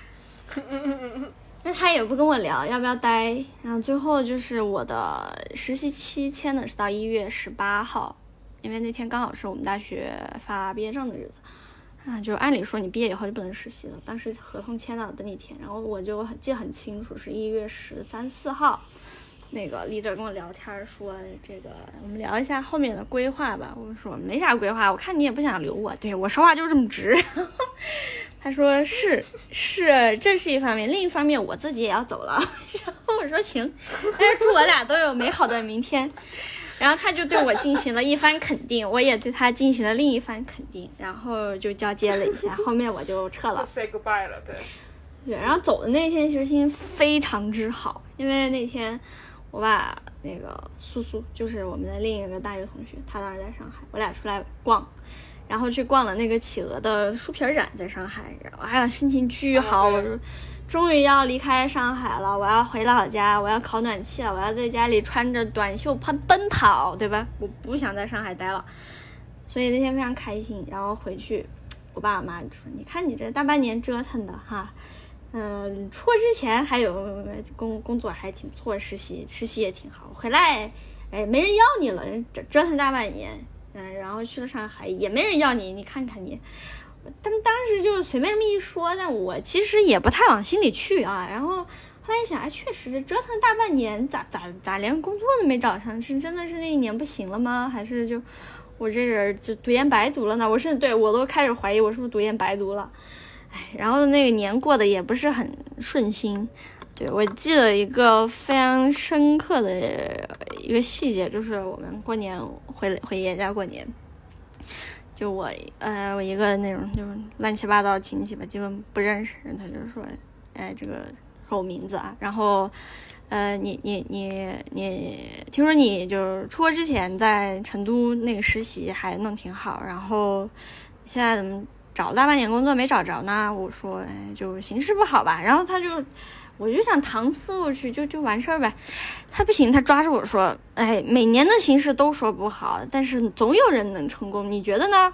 那他也不跟我聊要不要待，然后最后就是我的实习期签的是到一月十八号，因为那天刚好是我们大学发毕业证的日子啊，就按理说你毕业以后就不能实习了，当时合同签到的那天，然后我就记得很清楚，是一月十三四号，那个 leader 跟我聊天说，这个我们聊一下后面的规划吧。我说没啥规划，我看你也不想留我，对，我说话就是这么直。他说是是，这是一方面，另一方面我自己也要走了。然后我说行，但是祝我俩都有美好的明天。然后他就对我进行了一番肯定，我也对他进行了另一番肯定，然后就交接了一下，后面我就撤了， 就 say goodbye 了，对。 对，然后走的那天其实心情非常之好，因为那天我把那个苏苏，就是我们的另一个大学同学，他当时在上海，我俩出来逛。然后去逛了那个企鹅的书皮展，在上海，然后哎呀，心情巨好，我说终于要离开上海了，我要回老家，我要烤暖气了，我要在家里穿着短袖奔奔跑，对吧？我不想在上海待了，所以那天非常开心。然后回去，我爸我妈就说：“你看你这大半年折腾的哈，嗯、呃，出国之前还有工工作还挺不错，实习实习也挺好，回来哎没人要你了，折折腾大半年。”嗯，然后去了上海也没人要你，你看看你，他们当时就随便这么一说，但我其实也不太往心里去啊。然后后来一想，哎，确实折腾大半年，咋咋咋连工作都没找上？是真的是那一年不行了吗？还是就我这人就读研白读了呢？我甚至对我都开始怀疑我是不是读研白读了。哎，然后那个年过得也不是很顺心。对，我记得一个非常深刻的一个细节，就是我们过年回回爷爷家过年，就我呃我一个那种就是乱七八糟亲戚吧，基本不认识，他就说，哎，这个说我名字啊，然后呃你你你你听说你就是出国之前在成都那个实习还弄挺好，然后现在怎么找了大半年工作没找着呢？我说哎，就形势不好吧，然后他就。我就想搪塞过去，就就完事儿呗。他不行，他抓着我说：“哎，每年的形势都说不好，但是总有人能成功，你觉得呢？”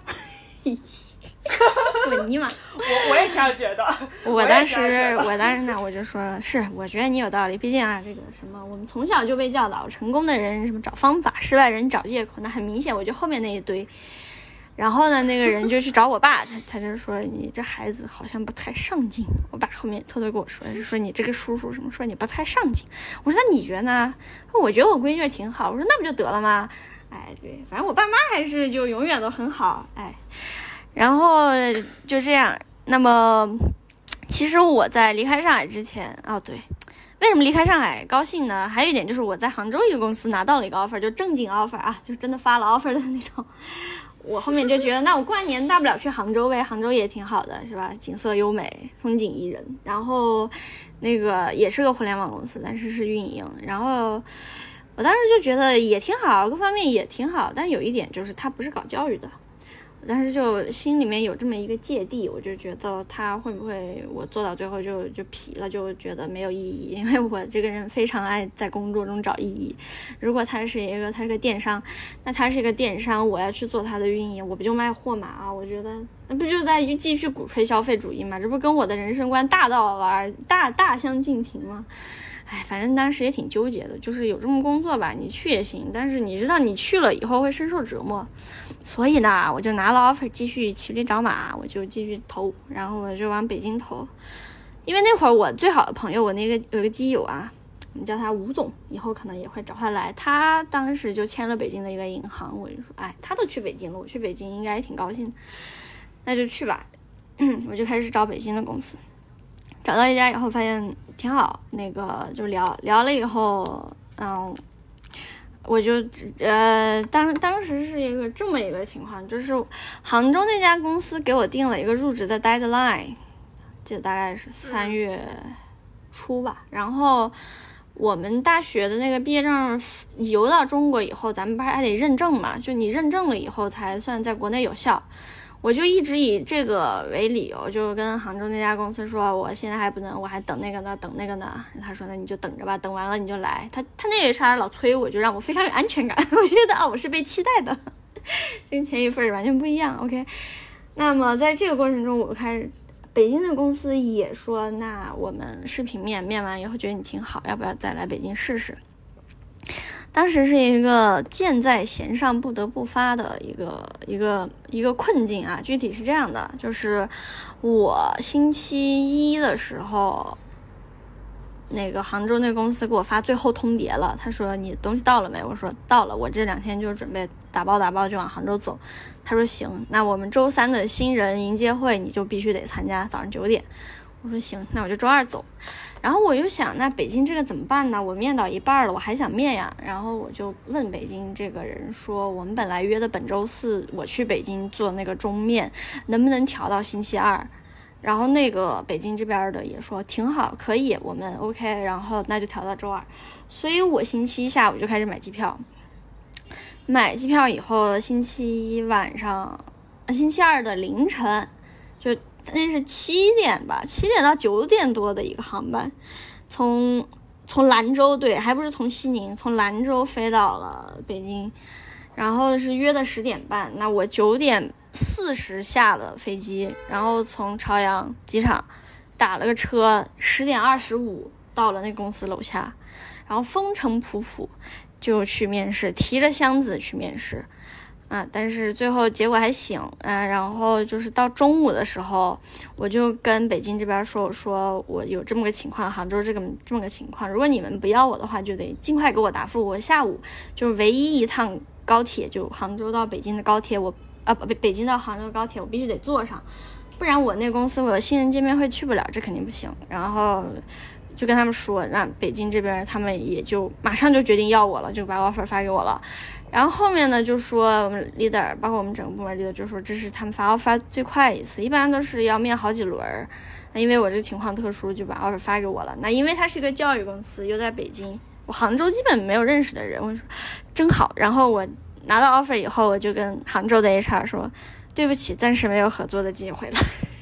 我尼玛， 我我也这样觉得。 我当时，我当时呢，我就说是，我觉得你有道理。毕竟啊，这个什么，我们从小就被教导，成功的人什么找方法，失败人找借口。那很明显，我就后面那一堆。然后呢，那个人就去找我爸，他他就说你这孩子好像不太上进。我爸后面偷偷跟我说，说你这个叔叔什么，说你不太上进。我说那你觉得呢？我觉得我闺女挺好。我说那不就得了吗？哎，对，反正我爸妈还是就永远都很好。哎，然后就这样。那么，其实我在离开上海之前，哦对，为什么离开上海高兴呢？还有一点就是我在杭州一个公司拿到了一个 offer， 就正经 offer 啊，就真的发了 offer 的那种。我后面就觉得，那我过完年大不了去杭州呗，杭州也挺好的，是吧？景色优美，风景宜人。然后，那个也是个互联网公司，但是是运营。然后，我当时就觉得也挺好，各方面也挺好。但有一点就是，他不是搞教育的。我当时就心里面有这么一个芥蒂，我就觉得他会不会我做到最后就就疲了，就觉得没有意义。因为我这个人非常爱在工作中找意义。如果他是一个他是个电商，那他是一个电商，我要去做他的运营，我不就卖货嘛啊？我觉得那不就在继续鼓吹消费主义嘛？这不跟我的人生观大道而大大相径庭吗？哎，反正当时也挺纠结的，就是有这么工作吧，你去也行，但是你知道你去了以后会深受折磨，所以呢，我就拿了 offer 继续骑驴找马，我就继续投，然后我就往北京投，因为那会儿我最好的朋友，我那个有一个基友啊，我们叫他吴总，以后可能也会找他来，他当时就签了北京的一个银行，我就说，哎，他都去北京了，我去北京应该也挺高兴的，那就去吧，我就开始找北京的公司。找到一家以后发现挺好，那个就聊聊了以后，嗯， 我就呃当当时是一个这么一个情况，就是杭州那家公司给我定了一个入职的 deadline， 记得大概是三月初吧。嗯、然后我们大学的那个毕业证邮到中国以后，咱们不是还得认证嘛？就你认证了以后才算在国内有效。我就一直以这个为理由，就跟杭州那家公司说，我现在还不能，我还等那个呢，等那个呢。他说那你就等着吧，等完了你就来。他他那个 H R 老催我，就让我非常有安全感，我觉得啊我是被期待的，跟前一份完全不一样。OK， 那么在这个过程中，我开始北京的公司也说，那我们视频面面完以后觉得你挺好，要不要再来北京试试？当时是一个箭在弦上不得不发的一个一个一个困境啊，具体是这样的，就是我星期一的时候，那个杭州那个公司给我发最后通牒了，他说你东西到了没？我说到了，我这两天就准备打包打包就往杭州走。他说行，那我们周三的新人迎接会你就必须得参加，早上九点。我说行，那我就周二走。然后我就想，那北京这个怎么办呢？我面到一半了，我还想面呀。然后我就问北京这个人说，我们本来约的本周四我去北京做那个中面，能不能调到星期二？然后那个北京这边的也说挺好，可以，我们 OK， 然后那就调到周二。所以我星期一下午就开始买机票，买机票以后，星期一晚上，星期二的凌晨就。那是七点吧，七点到九点多的一个航班，从从兰州，对，还不是从西宁，从兰州飞到了北京，然后是约的十点半。那我九点四十下了飞机，然后从朝阳机场打了个车，十点二十五到了那公司楼下，然后风尘仆仆就去面试，提着箱子去面试。啊，但是最后结果还行，啊，然后就是到中午的时候，我就跟北京这边说，我说我有这么个情况，杭州这个这么个情况，如果你们不要我的话，就得尽快给我答复。我下午就是唯一一趟高铁，就杭州到北京的高铁，我啊不北北京到杭州高铁，我必须得坐上，不然我那公司我有新人见面会去不了，这肯定不行。然后就跟他们说，那北京这边他们也就马上就决定要我了，就把 offer 发给我了。然后后面呢，就说我们 leader， 包括我们整个部门 leader， 就说这是他们发 offer 最快一次，一般都是要面好几轮。那因为我这个情况特殊，就把 offer 发给我了。那因为它是一个教育公司，又在北京，我杭州基本没有认识的人，我说真好。然后我拿到 offer 以后，我就跟杭州的 H R 说，对不起，暂时没有合作的机会了。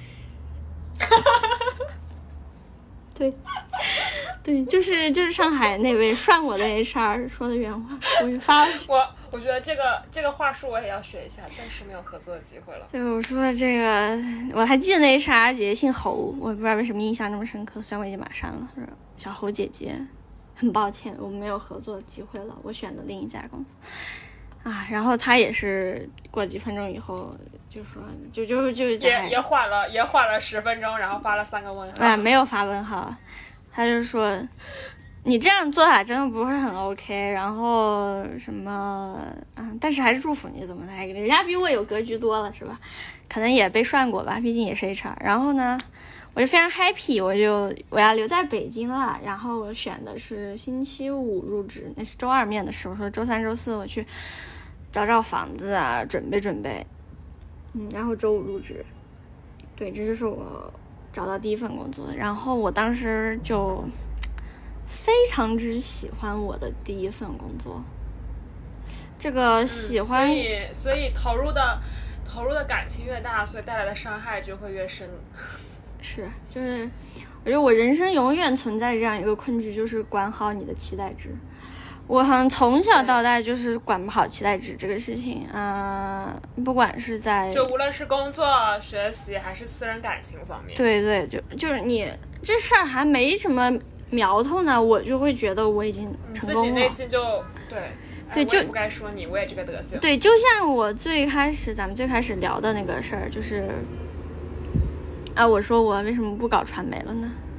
对，对，就是就是上海那位涮我的 H R 说的原话，我就发我我觉得这个这个话术我也要学一下，暂时没有合作的机会了。 对，我说这个我还记得那 H R 姐姐姓侯，我不知道为什么印象这么深刻，虽然我已经把删了。小侯姐姐，很抱歉，我们没有合作的机会了，我选的另一家公司。啊，然后他也是过几分钟以后就说，就就就也也缓了，也缓了十分钟，然后发了三个问号。 哎，没有发问号，他就说你这样做法真的不是很 OK， 然后什么，嗯，但是还是祝福你，怎么来，人家比我有格局多了是吧？可能也被涮过吧，毕竟也是 H R。然后呢，我就非常 happy， 我就我要留在北京了，然后我选的是星期五入职，那是周二面的事，我说周三周四我去找找房子啊，准备准备，嗯，然后周五入职。对，这就是我找到第一份工作，然后我当时就非常之喜欢我的第一份工作。这个喜欢， 嗯、所以所以投入的投入的感情越大，所以带来的伤害就会越深。 是，就是我觉得我人生永远存在这样一个困局，就是管好你的期待值。我好像从小到大就是管不好期待值这个事情，嗯、呃，不管是在就无论是工作、学习还是私人感情方面， 对对，就就是你这事儿还没什么苗头呢，我就会觉得我已经成功了， 自己内心就对对，就我也不该说你，我也这个德行。 对，就像我最开始咱们最开始聊的那个事儿，就是啊，我说我为什么不搞传媒了呢？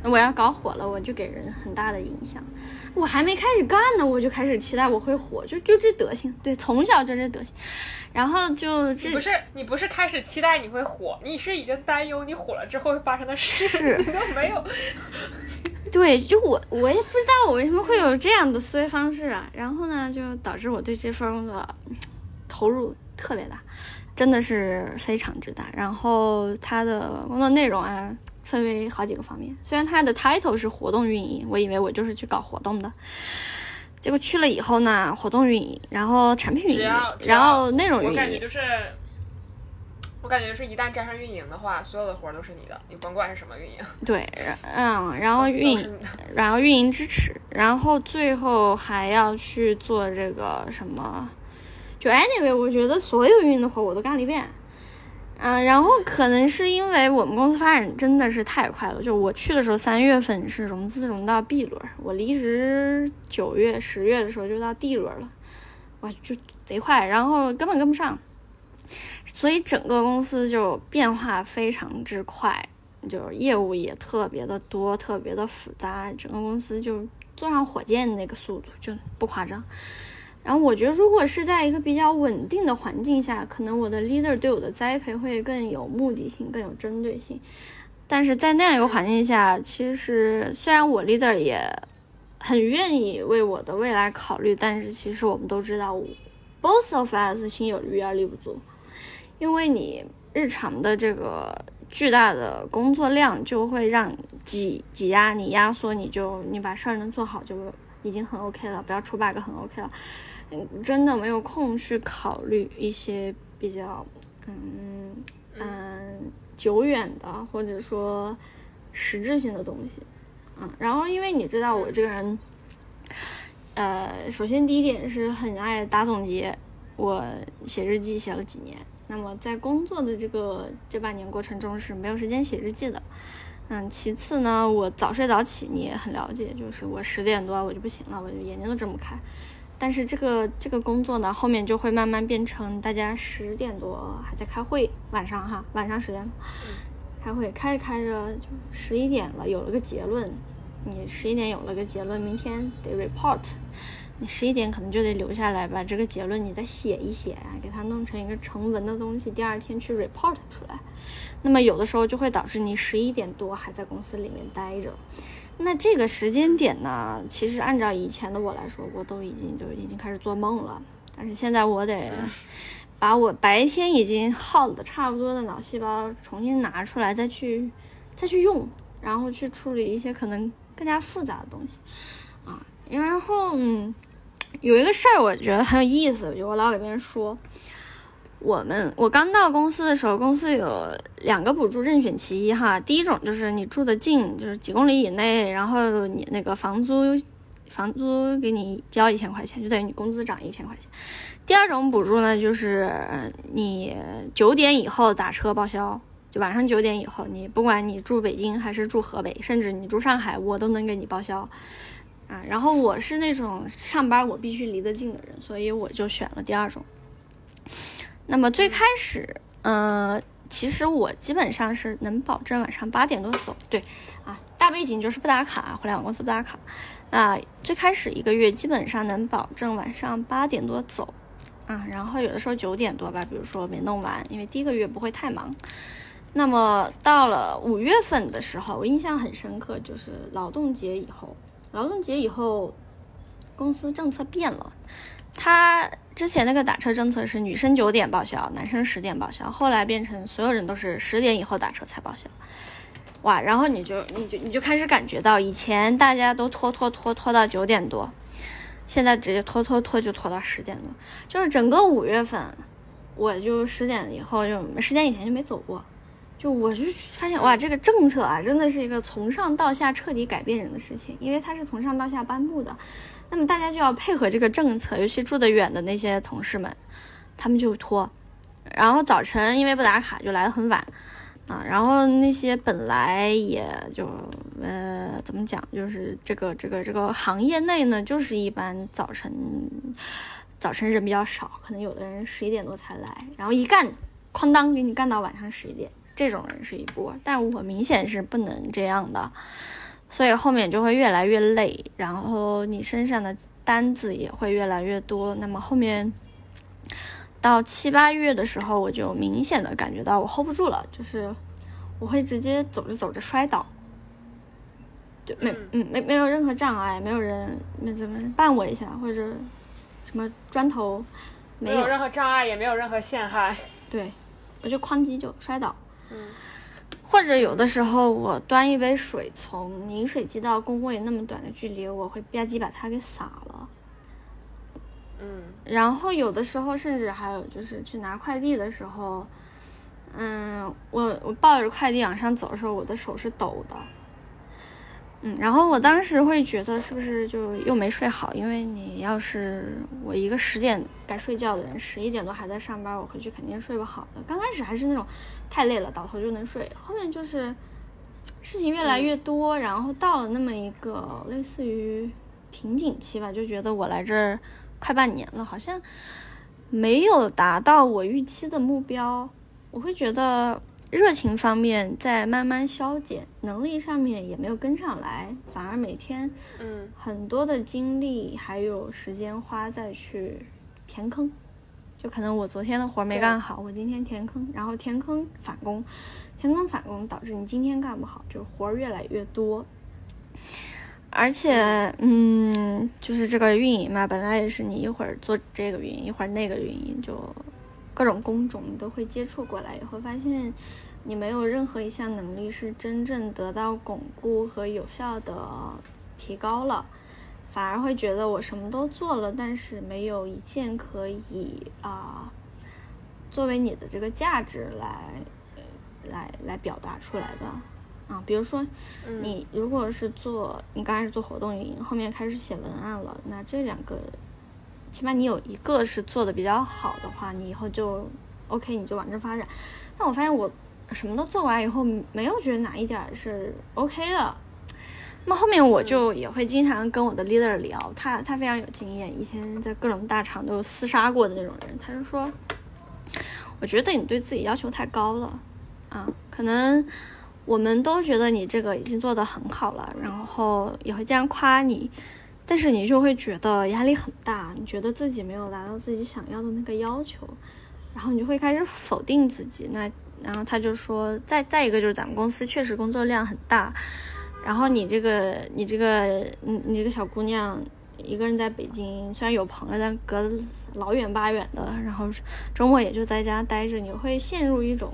我要搞火了，我就给人很大的影响。我还没开始干呢，我就开始期待我会火，就就这德行，对，从小就这德行。然后就这你不是你不是开始期待你会火，你是已经担忧你火了之后会发生的事， 是你都没有。 对，就我我也不知道我为什么会有这样的思维方式啊。然后呢，就导致我对这份工作投入特别大，真的是非常之大。然后它的工作内容啊，分为好几个方面。虽然它的 title 是活动运营，我以为我就是去搞活动的，结果去了以后呢，活动运营，然后产品运营，然后内容运营。 我感觉就是，我感觉就是一旦沾上运营的话，所有的活都是你的，你甭管是什么运营。 对，嗯，然后运营，然后运营支持，然后最后还要去做这个什么，就 anyway， 我觉得所有运营的活我都干了一遍。嗯、呃，然后可能是因为我们公司发展真的是太快了，就我去的时候三月份是融资融到 B 轮，我离职九月十月的时候就到 D 轮了，哇，就贼快，然后根本跟不上，所以整个公司就变化非常之快，就业务也特别的多，特别的复杂，整个公司就坐上火箭那个速度，就不夸张。然后我觉得如果是在一个比较稳定的环境下，可能我的 leader 对我的栽培会更有目的性，更有针对性。但是在那样一个环境下，其实虽然我 leader 也很愿意为我的未来考虑，但是其实我们都知道 both of us 心有余而力不足，因为你日常的这个巨大的工作量就会让挤挤压你，压缩你，就你把事儿能做好就已经很 OK 了，不要出 bug 很 OK 了。真的没有空去考虑一些比较嗯嗯久远的或者说实质性的东西啊。然后因为你知道我这个人，呃，首先第一点是很爱打总结，我写日记写了几年，那么在工作的这个这半年过程中是没有时间写日记的。嗯，其次呢，我早睡早起，你也很了解，就是我十点多我就不行了，我就眼睛都睁不开。但是这个这个工作呢，后面就会慢慢变成大家十点多还在开会，晚上哈，晚上十点开会，开着开着就十一点了，有了个结论，你十一点有了个结论，明天得 report， 你十一点可能就得留下来把这个结论你再写一写啊，给它弄成一个成文的东西，第二天去 report 出来。那么有的时候就会导致你十一点多还在公司里面待着。那这个时间点呢，其实按照以前的我来说，我都已经就已经开始做梦了。但是现在我得把我白天已经耗的差不多的脑细胞重新拿出来，再去再去用，然后去处理一些可能更加复杂的东西啊。然后嗯，有一个事儿我觉得很有意思，就我老给别人说。我们我刚到公司的时候，公司有两个补助任选其一哈。第一种就是你住得近，就是几公里以内，然后你那个房租房租给你交一千块钱，就等于你工资涨一千块钱。第二种补助呢，就是你九点以后打车报销，就晚上九点以后，你不管你住北京还是住河北，甚至你住上海，我都能给你报销啊。然后我是那种上班我必须离得近的人，所以我就选了第二种。那么最开始，呃，其实我基本上是能保证晚上八点多走，对，啊，大背景就是不打卡，互联网公司不打卡。那最开始一个月基本上能保证晚上八点多走，啊，然后有的时候九点多吧，比如说没弄完，因为第一个月不会太忙。那么到了五月份的时候，我印象很深刻，就是劳动节以后，劳动节以后，公司政策变了，它。之前那个打车政策是女生九点报销，男生十点报销，后来变成所有人都是十点以后打车才报销。哇，然后你就你就你就开始感觉到，以前大家都拖拖拖拖到九点多，现在直接拖拖拖就拖到十点多，就是整个五月份，我就十点以后就十点以前就没走过，就我就发现哇，这个政策啊，真的是一个从上到下彻底改变人的事情，因为它是从上到下颁布的。那么大家就要配合这个政策，尤其住得远的那些同事们，他们就拖，然后早晨因为不打卡就来得很晚啊，然后那些本来也就呃怎么讲，就是这个这个这个行业内呢，就是一般早晨早晨人比较少，可能有的人十一点多才来，然后一干哐当给你干到晚上十一点，这种人是一波，但我明显是不能这样的。 所以后面就会越来越累，然后你身上的单子也会越来越多。那么后面到七八月的时候，我就明显的感觉到我 hold 不住了，就是我会直接走着走着摔倒，就没嗯没没有任何障碍，没有人没怎么绊我一下或者什么砖头，没有没有任何障碍，也没有任何陷害。 对，我就哐叽就摔倒。 嗯， 或者有的时候我端一杯水从饮水机到工位那么短的距离，我会吧唧把它给洒了。 嗯， 然后有的时候甚至还有就是去拿快递的时候，嗯，我我抱着快递往上走的时候，我的手是抖的。嗯，然后我当时会觉得是不是就又没睡好，因为你要是我一个十点该睡觉的人，十一点多还在上班，我回去肯定睡不好的。刚开始还是那种太累了倒头就能睡，后面就是事情越来越多，然后到了那么一个类似于瓶颈期吧，就觉得我来这儿快半年了，好像没有达到我预期的目标，我会觉得热情方面在慢慢消减，能力上面也没有跟上来，反而每天嗯很多的精力还有时间花在去填坑，就可能我昨天的活没干好，我今天填坑，然后填坑返工，填坑返工导致你今天干不好，就活越来越多。而且嗯就是这个运营嘛，本来也是你一会儿做这个运营一会儿那个运营，就各种工种你都会接触过来，以后发现你没有任何一项能力是真正得到巩固和有效的提高了，反而会觉得我什么都做了，但是没有一件可以啊、呃、作为你的这个价值来来来表达出来的啊。比如说你如果是做你刚开始做活动运营，后面开始写文案了，那这两个起码你有一个是做的比较好的话，你以后就 OK， 你就往这发展。但我发现我什么都做完以后，没有觉得哪一点是 OK 的。那么后面我就也会经常跟我的 leader 聊，他他非常有经验，以前在各种大厂都有厮杀过的那种人，他就说，我觉得你对自己要求太高了啊，可能我们都觉得你这个已经做得很好了，然后也会这样夸你。但是你就会觉得压力很大，你觉得自己没有达到自己想要的那个要求，然后你就会开始否定自己。那然后他就说，再再一个就是咱们公司确实工作量很大，然后你这个你这个你你这个小姑娘一个人在北京，虽然有朋友但隔老远八远的，然后周末也就在家待着，你会陷入一种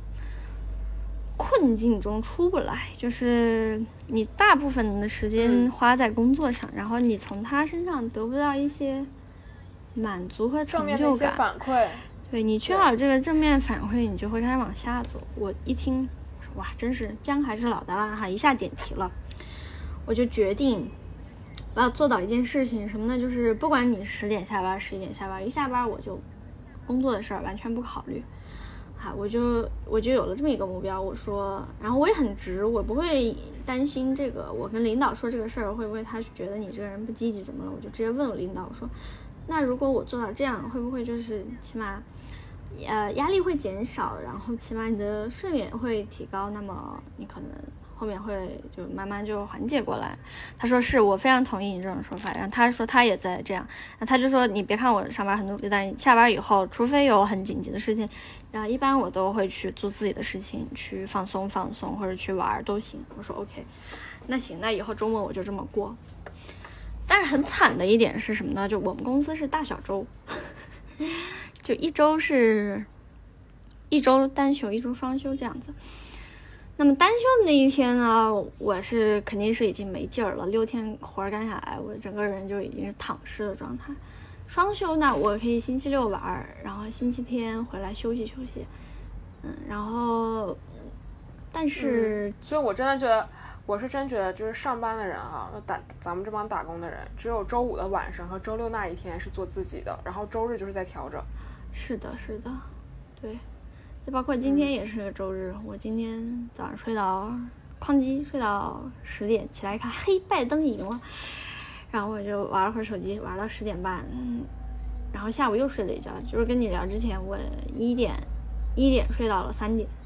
困境中出不来，就是你大部分的时间花在工作上、嗯、然后你从他身上得不到一些满足和成就感， 正面的一些反馈， 对，你缺少这个正面反馈，你就会开始往下走。我一听说哇，真是姜还是老的辣哈，一下点题了，我就决定我要做到一件事情，什么呢？就是不管你十点下班十一点下班，一下班我就工作的事儿完全不考虑啊，我就我就有了这么一个目标。我说，然后我也很直，我不会担心这个，我跟领导说这个事儿会不会他觉得你这个人不积极怎么了，我就直接问我领导，我说那如果我做到这样，会不会就是起码呃压力会减少，然后起码你的睡眠会提高，那么你可能后面会就慢慢就缓解过来。他说是，我非常同意你这种说法。然后他说他也在这样，然后他就说你别看我上班很努力，但下班以后除非有很紧急的事情，然后一般我都会去做自己的事情，去放松放松或者去玩都行。我说 OK， 那行，那以后周末我就这么过。但是很惨的一点是什么呢？就我们公司是大小周，就一周是一周单休一周双休这样子。那么单休的那一天呢，我是肯定是已经没劲儿了，六天活干下来，我整个人就已经是躺尸的状态。双休呢，我可以星期六玩，然后星期天回来休息休息，嗯，然后但是、 嗯、所以我真的觉得，我是真觉得就是上班的人哈、啊，打咱们这帮打工的人，只有周五的晚上和周六那一天是做自己的，然后周日就是在调整。 是的是的，对，就包括今天也是个周日、嗯、我今天早上睡到哐叽睡到十点，起来看嘿拜登赢了，然后我就玩了会儿手机，玩到十点半，然后下午又睡了一觉，就是跟你聊之前我一点一点睡到了三点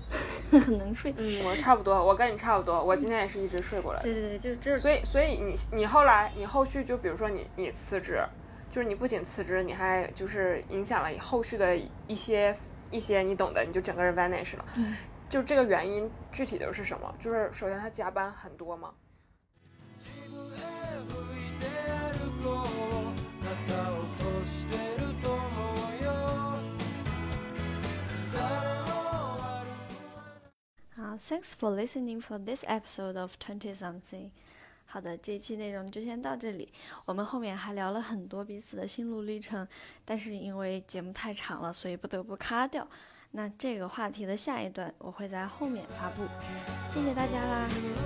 很能睡。 嗯，我差不多，我跟你差不多，我今天也是一直睡过来的。 对对对，就这。 所以所以你你后来你后续就比如说你你辞职，就是你不仅辞职，你还就是影响了后续的一些一些你懂的，你就整个人 vanish 了。 嗯， 就这个原因具体的是什么？就是首先他加班很多吗？ 好 ，Thanks for listening for this episode of Twenty Something。好的，这一期内容就先到这里。我们后面还聊了很多彼此的心路历程，但是因为节目太长了，所以不得不卡掉。那这个话题的下一段我会在后面发布。谢谢大家啦。